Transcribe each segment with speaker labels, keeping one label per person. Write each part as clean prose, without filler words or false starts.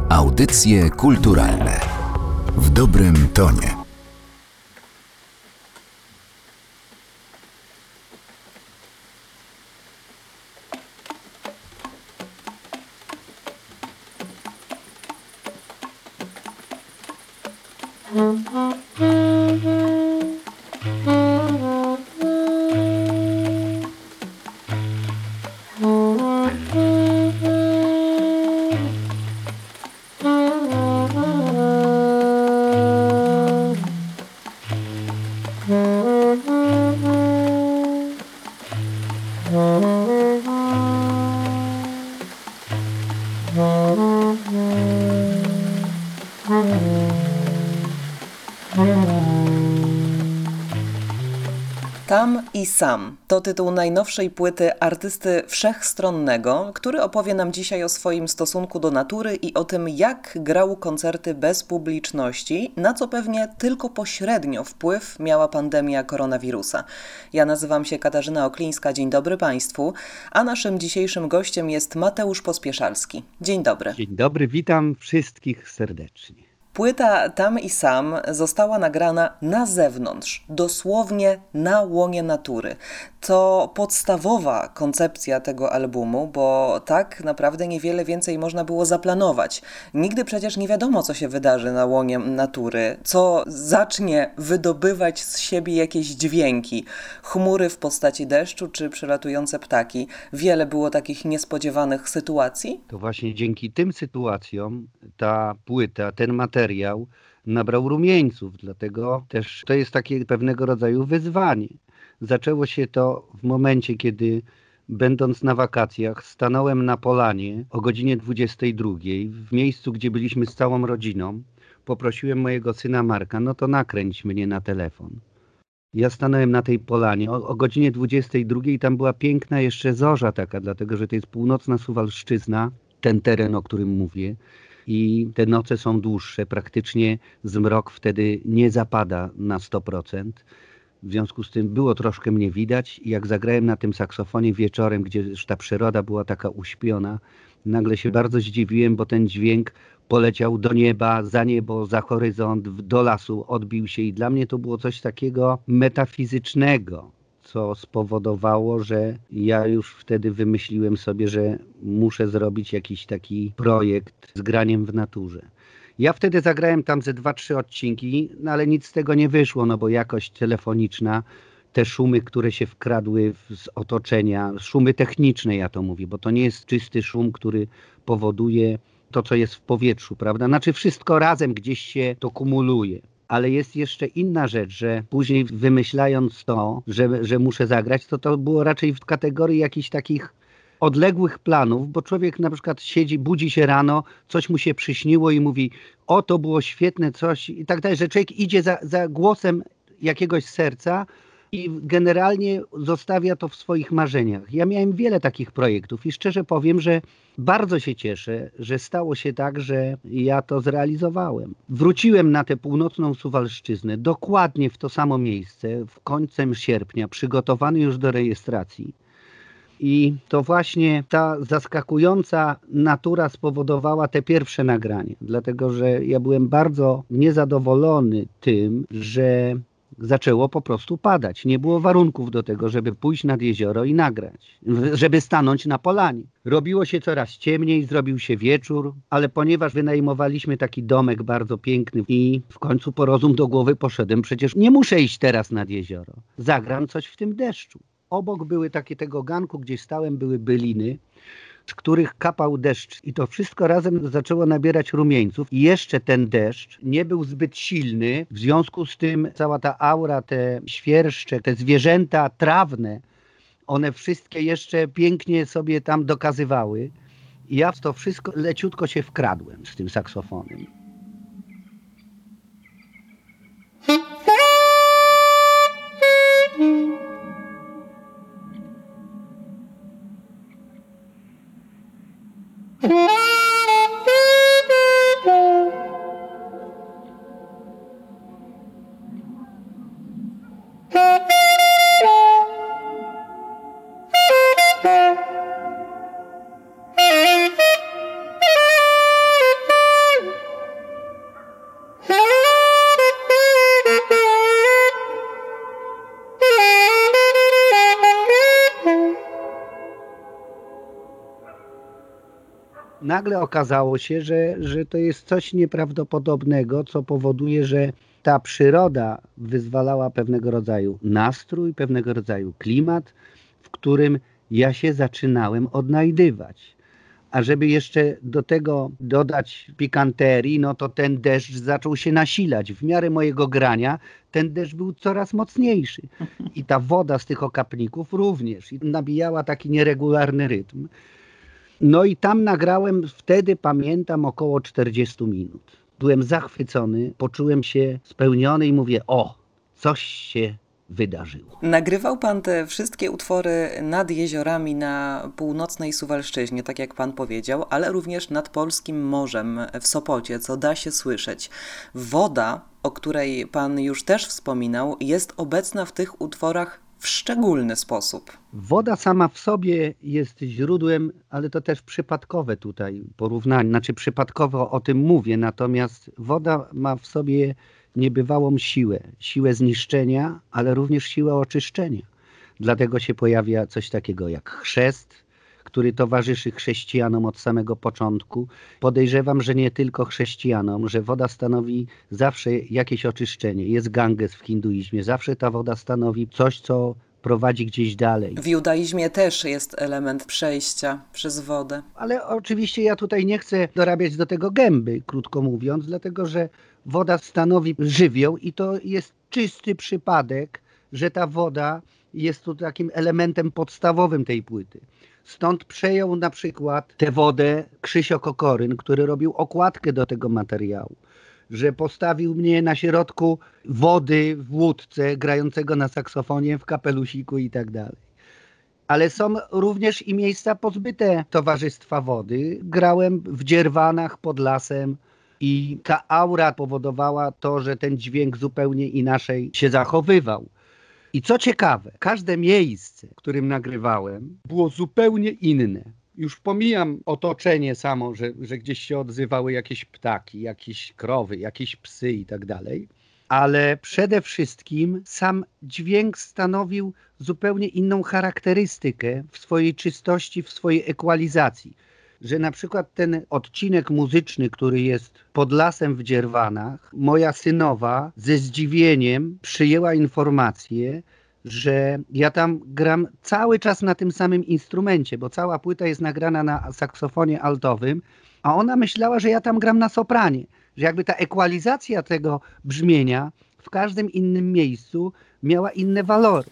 Speaker 1: Audycje kulturalne w dobrym tonie.
Speaker 2: Tam i Sam to tytuł najnowszej płyty artysty wszechstronnego, który opowie nam dzisiaj o swoim stosunku do natury i o tym, jak grał koncerty bez publiczności, na co pewnie tylko pośrednio wpływ miała pandemia koronawirusa. Ja nazywam się Katarzyna Oklińska, dzień dobry Państwu, a naszym dzisiejszym gościem jest Mateusz Pospieszalski. Dzień dobry.
Speaker 3: Dzień dobry, witam wszystkich serdecznie.
Speaker 2: Płyta Tam i Sam została nagrana na zewnątrz, dosłownie na łonie natury. To podstawowa koncepcja tego albumu, bo tak naprawdę niewiele więcej można było zaplanować. Nigdy przecież nie wiadomo, co się wydarzy na łonie natury, co zacznie wydobywać z siebie jakieś dźwięki. Chmury w postaci deszczu czy przelatujące ptaki. Wiele było takich niespodziewanych sytuacji.
Speaker 3: To właśnie dzięki tym sytuacjom ta płyta, ten materiał nabrał rumieńców, dlatego też to jest takie pewnego rodzaju wyzwanie. Zaczęło się to w momencie, kiedy będąc na wakacjach stanąłem na polanie o godzinie 22 w miejscu, gdzie byliśmy z całą rodziną. Poprosiłem mojego syna Marka, no to nakręć mnie na telefon. Ja stanąłem na tej polanie o godzinie 22 i tam była piękna jeszcze zorza taka, dlatego że to jest północna Suwalszczyzna, ten teren, o którym mówię. I te noce są dłuższe, praktycznie zmrok wtedy nie zapada na 100%. W związku z tym było troszkę mnie widać i jak zagrałem na tym saksofonie wieczorem, gdzie już ta przyroda była taka uśpiona, nagle się bardzo zdziwiłem, bo ten dźwięk poleciał do nieba, za niebo, za horyzont, do lasu, odbił się i dla mnie to było coś takiego metafizycznego, co spowodowało, że ja już wtedy wymyśliłem sobie, że muszę zrobić jakiś taki projekt z graniem w naturze. Ja wtedy zagrałem tam ze 2-3 odcinki, no ale nic z tego nie wyszło, no bo jakość telefoniczna, te szumy, które się wkradły z otoczenia, szumy techniczne ja to mówię, bo to nie jest czysty szum, który powoduje to, co jest w powietrzu, prawda? Znaczy wszystko razem gdzieś się to kumuluje. Ale jest jeszcze inna rzecz, że później wymyślając to, że muszę zagrać, to było raczej w kategorii jakichś takich odległych planów, bo człowiek na przykład siedzi, budzi się rano, coś mu się przyśniło i mówi, o to było świetne coś i tak dalej, że człowiek idzie za głosem jakiegoś serca i generalnie zostawia to w swoich marzeniach. Ja miałem wiele takich projektów i szczerze powiem, że bardzo się cieszę, że stało się tak, że ja to zrealizowałem. Wróciłem na tę północną Suwalszczyznę, dokładnie w to samo miejsce, w końcem sierpnia, przygotowany już do rejestracji. I to właśnie ta zaskakująca natura spowodowała te pierwsze nagranie, dlatego że ja byłem bardzo niezadowolony tym, że zaczęło po prostu padać. Nie było warunków do tego, żeby pójść nad jezioro i nagrać, żeby stanąć na polanie. Robiło się coraz ciemniej, zrobił się wieczór, ale ponieważ wynajmowaliśmy taki domek bardzo piękny i w końcu po rozum do głowy poszedłem, przecież nie muszę iść teraz nad jezioro, zagram coś w tym deszczu. Obok były takie tego ganku, gdzie stałem, były byliny, z których kapał deszcz i to wszystko razem zaczęło nabierać rumieńców i jeszcze ten deszcz nie był zbyt silny, w związku z tym cała ta aura, te świerszcze, te zwierzęta trawne, one wszystkie jeszcze pięknie sobie tam dokazywały i ja w to wszystko leciutko się wkradłem z tym saksofonem. nagle okazało się, że to jest coś nieprawdopodobnego, co powoduje, że ta przyroda wyzwalała pewnego rodzaju nastrój, pewnego rodzaju klimat, w którym ja się zaczynałem odnajdywać. A żeby jeszcze do tego dodać pikanterii, no to ten deszcz zaczął się nasilać. W miarę mojego grania ten deszcz był coraz mocniejszy. I ta woda z tych okapników również. I nabijała taki nieregularny rytm. No i tam nagrałem wtedy, pamiętam, około 40 minut. Byłem zachwycony, poczułem się spełniony i mówię, o, coś się wydarzyło.
Speaker 2: Nagrywał pan te wszystkie utwory nad jeziorami na północnej Suwalszczyźnie, tak jak pan powiedział, ale również nad Polskim Morzem w Sopocie, co da się słyszeć. Woda, o której pan już też wspominał, jest obecna w tych utworach w szczególny sposób.
Speaker 3: Woda sama w sobie jest źródłem, ale to też przypadkowe tutaj porównanie, znaczy przypadkowo o tym mówię, natomiast woda ma w sobie niebywałą siłę zniszczenia, ale również siłę oczyszczenia. Dlatego się pojawia coś takiego jak chrzest, który towarzyszy chrześcijanom od samego początku. Podejrzewam, że nie tylko chrześcijanom, że woda stanowi zawsze jakieś oczyszczenie. Jest Ganges w hinduizmie, zawsze ta woda stanowi coś, co prowadzi gdzieś dalej.
Speaker 2: W judaizmie też jest element przejścia przez wodę.
Speaker 3: Ale oczywiście ja tutaj nie chcę dorabiać do tego gęby, krótko mówiąc, dlatego że woda stanowi żywioł i to jest czysty przypadek, że ta woda jest tu takim elementem podstawowym tej płyty. Stąd przejął na przykład tę wodę Krzysio Kokoryn, który robił okładkę do tego materiału, że postawił mnie na środku wody w łódce, grającego na saksofonie, w kapelusiku i tak dalej. Ale są również i miejsca pozbyte towarzystwa wody. Grałem w Dzierwanach pod lasem i ta aura powodowała to, że ten dźwięk zupełnie inaczej się zachowywał. I co ciekawe, każde miejsce, w którym nagrywałem, było zupełnie inne. Już pomijam otoczenie samo, że gdzieś się odzywały jakieś ptaki, jakieś krowy, jakieś psy i tak dalej. Ale przede wszystkim sam dźwięk stanowił zupełnie inną charakterystykę w swojej czystości, w swojej ekwalizacji. Że na przykład ten odcinek muzyczny, który jest pod lasem w Dzierwanach, moja synowa ze zdziwieniem przyjęła informację, że ja tam gram cały czas na tym samym instrumencie, bo cała płyta jest nagrana na saksofonie altowym, a ona myślała, że ja tam gram na sopranie, że jakby ta ekwalizacja tego brzmienia w każdym innym miejscu miała inne walory.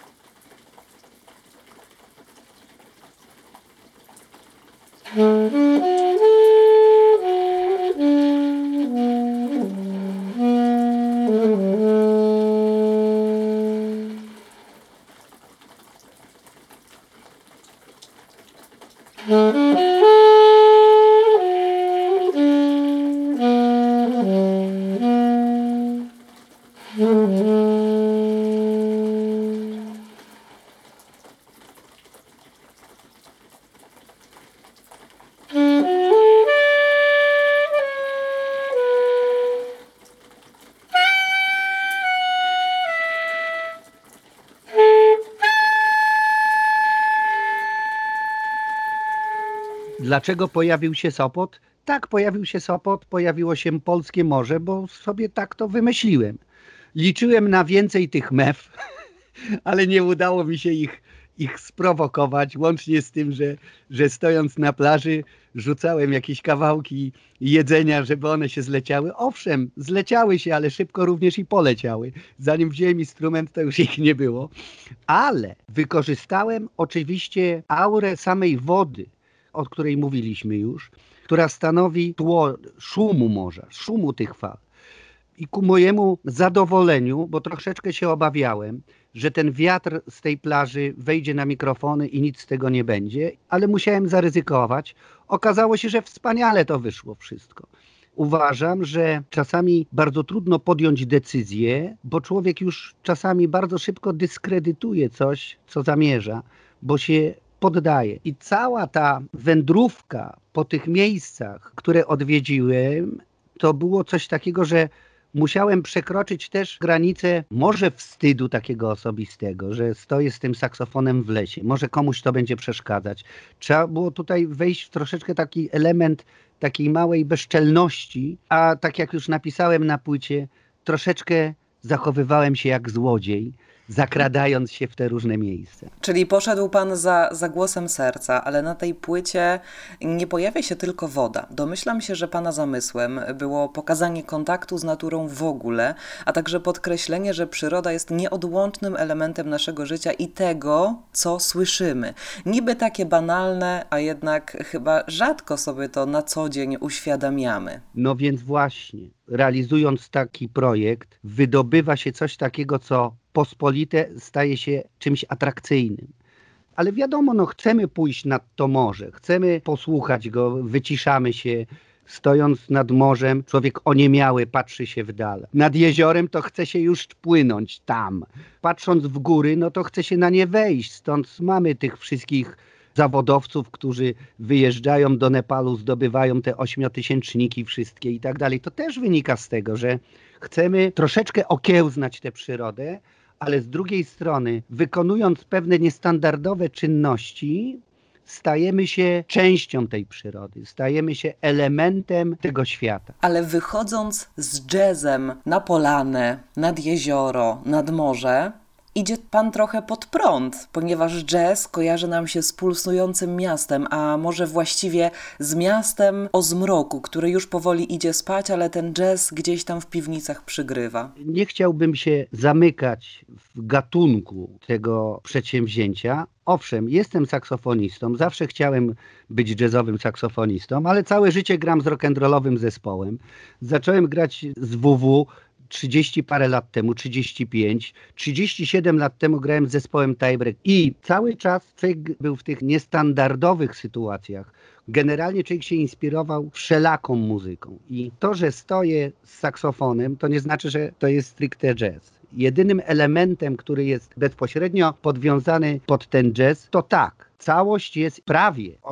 Speaker 3: Dlaczego pojawił się Sopot? Tak, pojawił się Sopot, pojawiło się Polskie Morze, bo sobie tak to wymyśliłem. Liczyłem na więcej tych mew, ale nie udało mi się ich sprowokować, łącznie z tym, że stojąc na plaży rzucałem jakieś kawałki jedzenia, żeby one się zleciały. Owszem, zleciały się, ale szybko również i poleciały. Zanim wziąłem instrument, to już ich nie było. Ale wykorzystałem oczywiście aurę samej wody, o której mówiliśmy już, która stanowi tło szumu morza, szumu tych fal. I ku mojemu zadowoleniu, bo troszeczkę się obawiałem, że ten wiatr z tej plaży wejdzie na mikrofony i nic z tego nie będzie, ale musiałem zaryzykować. Okazało się, że wspaniale to wyszło wszystko. Uważam, że czasami bardzo trudno podjąć decyzję, bo człowiek już czasami bardzo szybko dyskredytuje coś, co zamierza, bo się poddaje. I cała ta wędrówka po tych miejscach, które odwiedziłem, to było coś takiego, że musiałem przekroczyć też granicę może wstydu takiego osobistego, że stoję z tym saksofonem w lesie, może komuś to będzie przeszkadzać. Trzeba było tutaj wejść w troszeczkę taki element takiej małej bezczelności, a tak jak już napisałem na płycie, troszeczkę zachowywałem się jak złodziej, zakradając się w te różne miejsca.
Speaker 2: Czyli poszedł pan za głosem serca, ale na tej płycie nie pojawia się tylko woda. Domyślam się, że pana zamysłem było pokazanie kontaktu z naturą w ogóle, a także podkreślenie, że przyroda jest nieodłącznym elementem naszego życia i tego, co słyszymy. Niby takie banalne, a jednak chyba rzadko sobie to na co dzień uświadamiamy.
Speaker 3: No więc właśnie, realizując taki projekt, wydobywa się coś takiego, co pospolite staje się czymś atrakcyjnym. Ale wiadomo, no chcemy pójść nad to morze, chcemy posłuchać go, wyciszamy się, stojąc nad morzem, człowiek oniemiały patrzy się w dal. Nad jeziorem to chce się już płynąć tam. Patrząc w góry, no to chce się na nie wejść, stąd mamy tych wszystkich zawodowców, którzy wyjeżdżają do Nepalu, zdobywają te 8-tysięczniki wszystkie i tak dalej. To też wynika z tego, że chcemy troszeczkę okiełznać tę przyrodę, ale z drugiej strony, wykonując pewne niestandardowe czynności, stajemy się częścią tej przyrody, stajemy się elementem tego świata.
Speaker 2: Ale wychodząc z jazzem na polanę, nad jezioro, nad morze, idzie pan trochę pod prąd, ponieważ jazz kojarzy nam się z pulsującym miastem, a może właściwie z miastem o zmroku, który już powoli idzie spać, ale ten jazz gdzieś tam w piwnicach przygrywa.
Speaker 3: Nie chciałbym się zamykać w gatunku tego przedsięwzięcia. Owszem, jestem saksofonistą, zawsze chciałem być jazzowym saksofonistą, ale całe życie gram z rock'n'rollowym zespołem. Zacząłem grać z WW 30 parę lat temu, 35, 37 lat temu grałem z zespołem Tiebreak i cały czas człowiek był w tych niestandardowych sytuacjach. Generalnie człowiek się inspirował wszelaką muzyką i to, że stoję z saksofonem, to nie znaczy, że to jest stricte jazz. Jedynym elementem, który jest bezpośrednio podwiązany pod ten jazz, to tak, całość jest prawie w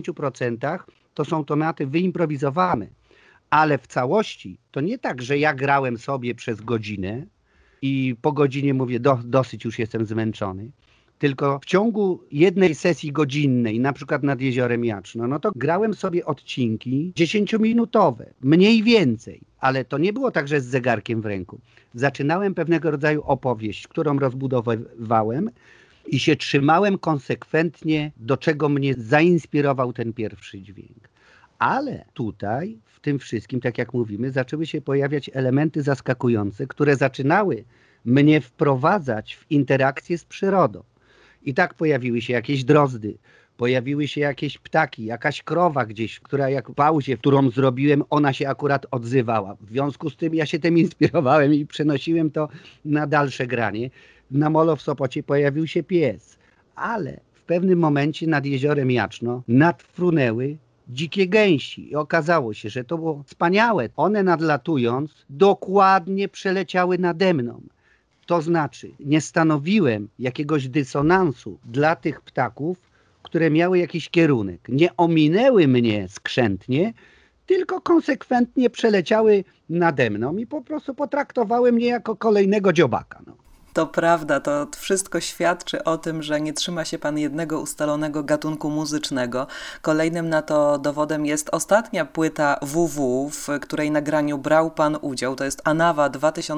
Speaker 3: 80% to są tematy wyimprowizowane. Ale w całości to nie tak, że ja grałem sobie przez godzinę i po godzinie mówię, dosyć już jestem zmęczony, tylko w ciągu jednej sesji godzinnej, na przykład nad Jeziorem Jaczno, no to grałem sobie odcinki 10-minutowe, mniej więcej, ale to nie było tak, że z zegarkiem w ręku. Zaczynałem pewnego rodzaju opowieść, którą rozbudowywałem i się trzymałem konsekwentnie, do czego mnie zainspirował ten pierwszy dźwięk. Ale tutaj, w tym wszystkim, tak jak mówimy, zaczęły się pojawiać elementy zaskakujące, które zaczynały mnie wprowadzać w interakcję z przyrodą. I tak pojawiły się jakieś drozdy, pojawiły się jakieś ptaki, jakaś krowa gdzieś, która jak w pauzie, którą zrobiłem, ona się akurat odzywała. W związku z tym ja się tym inspirowałem i przenosiłem to na dalsze granie. Na molo w Sopocie pojawił się pies, ale w pewnym momencie nad Jeziorem Jaczno nadfrunęły dzikie gęsi i okazało się, że to było wspaniałe. One nadlatując dokładnie przeleciały nade mną. To znaczy nie stanowiłem jakiegoś dysonansu dla tych ptaków, które miały jakiś kierunek. Nie ominęły mnie skrzętnie, tylko konsekwentnie przeleciały nade mną i po prostu potraktowały mnie jako kolejnego dziobaka.
Speaker 2: To prawda, to wszystko świadczy o tym, że nie trzyma się pan jednego ustalonego gatunku muzycznego. Kolejnym na to dowodem jest ostatnia płyta WW, w której nagraniu brał pan udział. To jest Anawa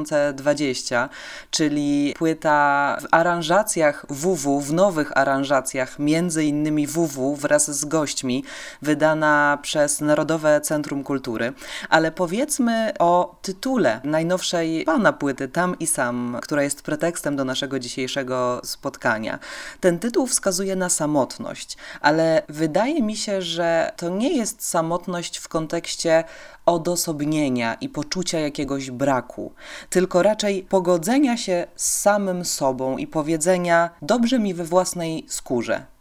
Speaker 2: 2020, czyli płyta w aranżacjach WW, w nowych aranżacjach, między innymi WW wraz z gośćmi, wydana przez Narodowe Centrum Kultury. Ale powiedzmy o tytule najnowszej pana płyty Tam i Sam, która jest pretekstem do naszego dzisiejszego spotkania. Ten tytuł wskazuje na samotność, ale wydaje mi się, że to nie jest samotność w kontekście odosobnienia i poczucia jakiegoś braku, tylko raczej pogodzenia się z samym sobą i powiedzenia: dobrze mi we własnej skórze.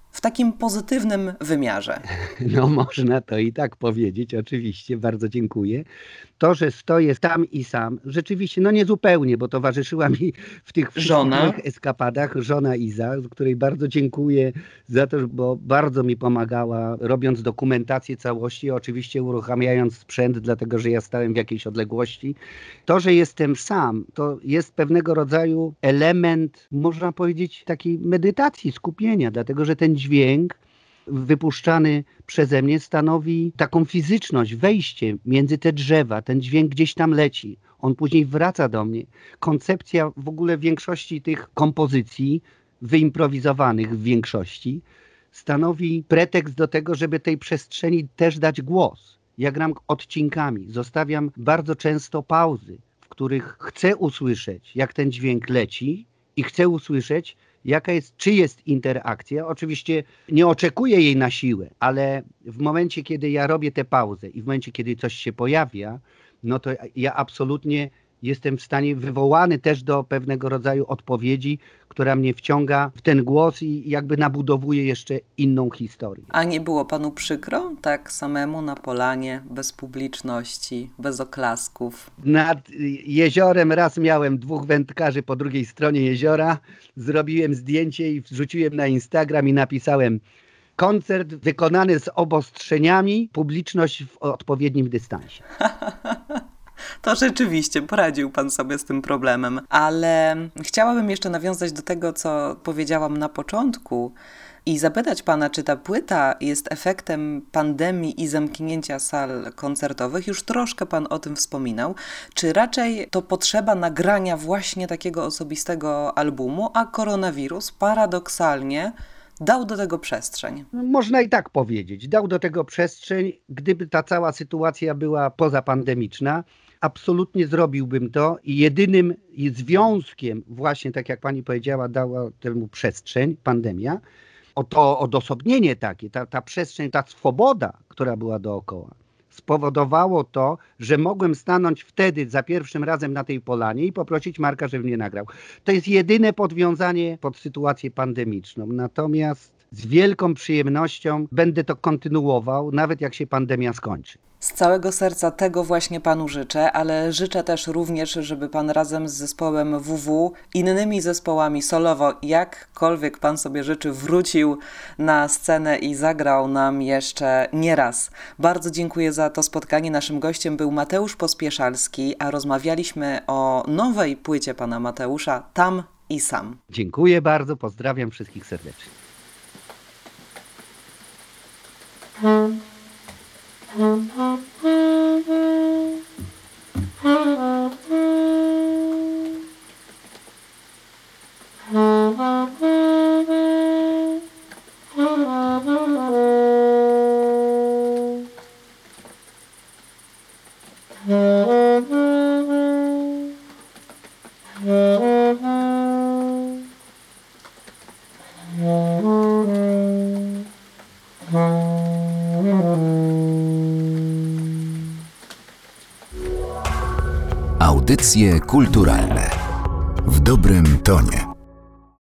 Speaker 2: w takim pozytywnym wymiarze.
Speaker 3: No można to i tak powiedzieć, oczywiście, bardzo dziękuję. To, że stoję tam i sam, rzeczywiście, no niezupełnie, bo towarzyszyła mi w tych wszystkich moich eskapadach żona Iza, której bardzo dziękuję za to, bo bardzo mi pomagała, robiąc dokumentację całości, oczywiście uruchamiając sprzęt, dlatego że ja stałem w jakiejś odległości. To, że jestem sam, to jest pewnego rodzaju element, można powiedzieć, takiej medytacji, skupienia, dlatego że ten dźwięk wypuszczany przeze mnie stanowi taką fizyczność, wejście między te drzewa, ten dźwięk gdzieś tam leci, on później wraca do mnie. Koncepcja w ogóle większości tych kompozycji, wyimprowizowanych w większości, stanowi pretekst do tego, żeby tej przestrzeni też dać głos. Ja gram odcinkami, zostawiam bardzo często pauzy, w których chcę usłyszeć, jak ten dźwięk leci i chcę usłyszeć, czy jest interakcja. Oczywiście nie oczekuję jej na siłę, ale w momencie, kiedy ja robię tę pauzę i w momencie, kiedy coś się pojawia, no to ja absolutnie jestem w stanie wywołany też do pewnego rodzaju odpowiedzi, która mnie wciąga w ten głos i jakby nabudowuje jeszcze inną historię.
Speaker 2: A nie było panu przykro? Tak samemu na polanie, bez publiczności, bez oklasków?
Speaker 3: Nad jeziorem raz miałem 2 wędkarzy po drugiej stronie jeziora, zrobiłem zdjęcie i wrzuciłem na Instagram i napisałem: koncert wykonany z obostrzeniami, publiczność w odpowiednim dystansie.
Speaker 2: To rzeczywiście poradził pan sobie z tym problemem, ale chciałabym jeszcze nawiązać do tego, co powiedziałam na początku i zapytać pana, czy ta płyta jest efektem pandemii i zamknięcia sal koncertowych. Już troszkę pan o tym wspominał. Czy raczej to potrzeba nagrania właśnie takiego osobistego albumu, a koronawirus paradoksalnie dał do tego przestrzeń?
Speaker 3: Można i tak powiedzieć. Dał do tego przestrzeń. Gdyby ta cała sytuacja była pozapandemiczna, absolutnie zrobiłbym to i jedynym związkiem właśnie, tak jak pani powiedziała, dała temu przestrzeń, pandemia, to odosobnienie takie, ta przestrzeń, ta swoboda, która była dookoła, spowodowało to, że mogłem stanąć wtedy za pierwszym razem na tej polanie i poprosić Marka, żeby mnie nagrał. To jest jedyne podwiązanie pod sytuację pandemiczną. Natomiast z wielką przyjemnością będę to kontynuował, nawet jak się pandemia skończy.
Speaker 2: Z całego serca tego właśnie panu życzę, ale życzę też również, żeby pan razem z zespołem WW, innymi zespołami solowo, jakkolwiek pan sobie życzy, wrócił na scenę i zagrał nam jeszcze nie raz. Bardzo dziękuję za to spotkanie. Naszym gościem był Mateusz Pospieszalski, a rozmawialiśmy o nowej płycie pana Mateusza, Tam i Sam.
Speaker 3: Dziękuję bardzo, pozdrawiam wszystkich serdecznie.
Speaker 1: Audycje kulturalne w dobrym tonie.